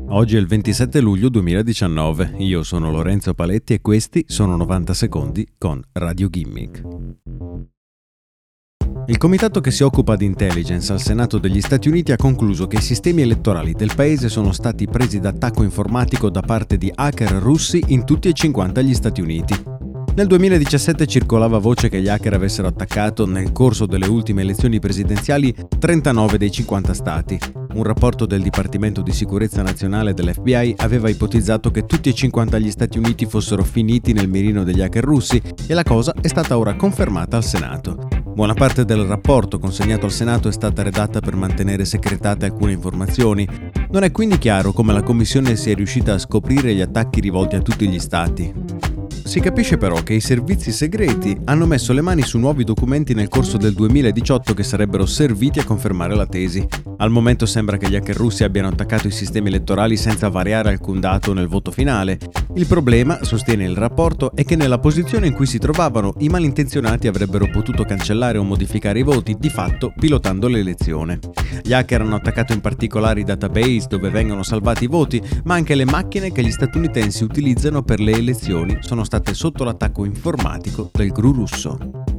Oggi è il 27 luglio 2019, io sono Lorenzo Paletti e questi sono 90 secondi con Radio Gimmick. Il comitato che si occupa di intelligence al Senato degli Stati Uniti ha concluso che i sistemi elettorali del paese sono stati presi d'attacco informatico da parte di hacker russi in tutti e 50 gli Stati Uniti. Nel 2017 circolava voce che gli hacker avessero attaccato nel corso delle ultime elezioni presidenziali 39 dei 50 stati. Un rapporto del Dipartimento di Sicurezza Nazionale dell'FBI aveva ipotizzato che tutti e 50 gli Stati Uniti fossero finiti nel mirino degli hacker russi e la cosa è stata ora confermata al Senato. Buona parte del rapporto consegnato al Senato è stata redatta per mantenere segretate alcune informazioni. Non è quindi chiaro come la Commissione sia riuscita a scoprire gli attacchi rivolti a tutti gli stati. Si capisce però che i servizi segreti hanno messo le mani su nuovi documenti nel corso del 2018 che sarebbero serviti a confermare la tesi. Al momento sembra che gli hacker russi abbiano attaccato i sistemi elettorali senza variare alcun dato nel voto finale. Il problema, sostiene il rapporto, è che nella posizione in cui si trovavano i malintenzionati avrebbero potuto cancellare o modificare i voti, di fatto pilotando l'elezione. Gli hacker hanno attaccato in particolare i database dove vengono salvati i voti, ma anche le macchine che gli statunitensi utilizzano per le elezioni sono state sotto l'attacco informatico del GRU russo.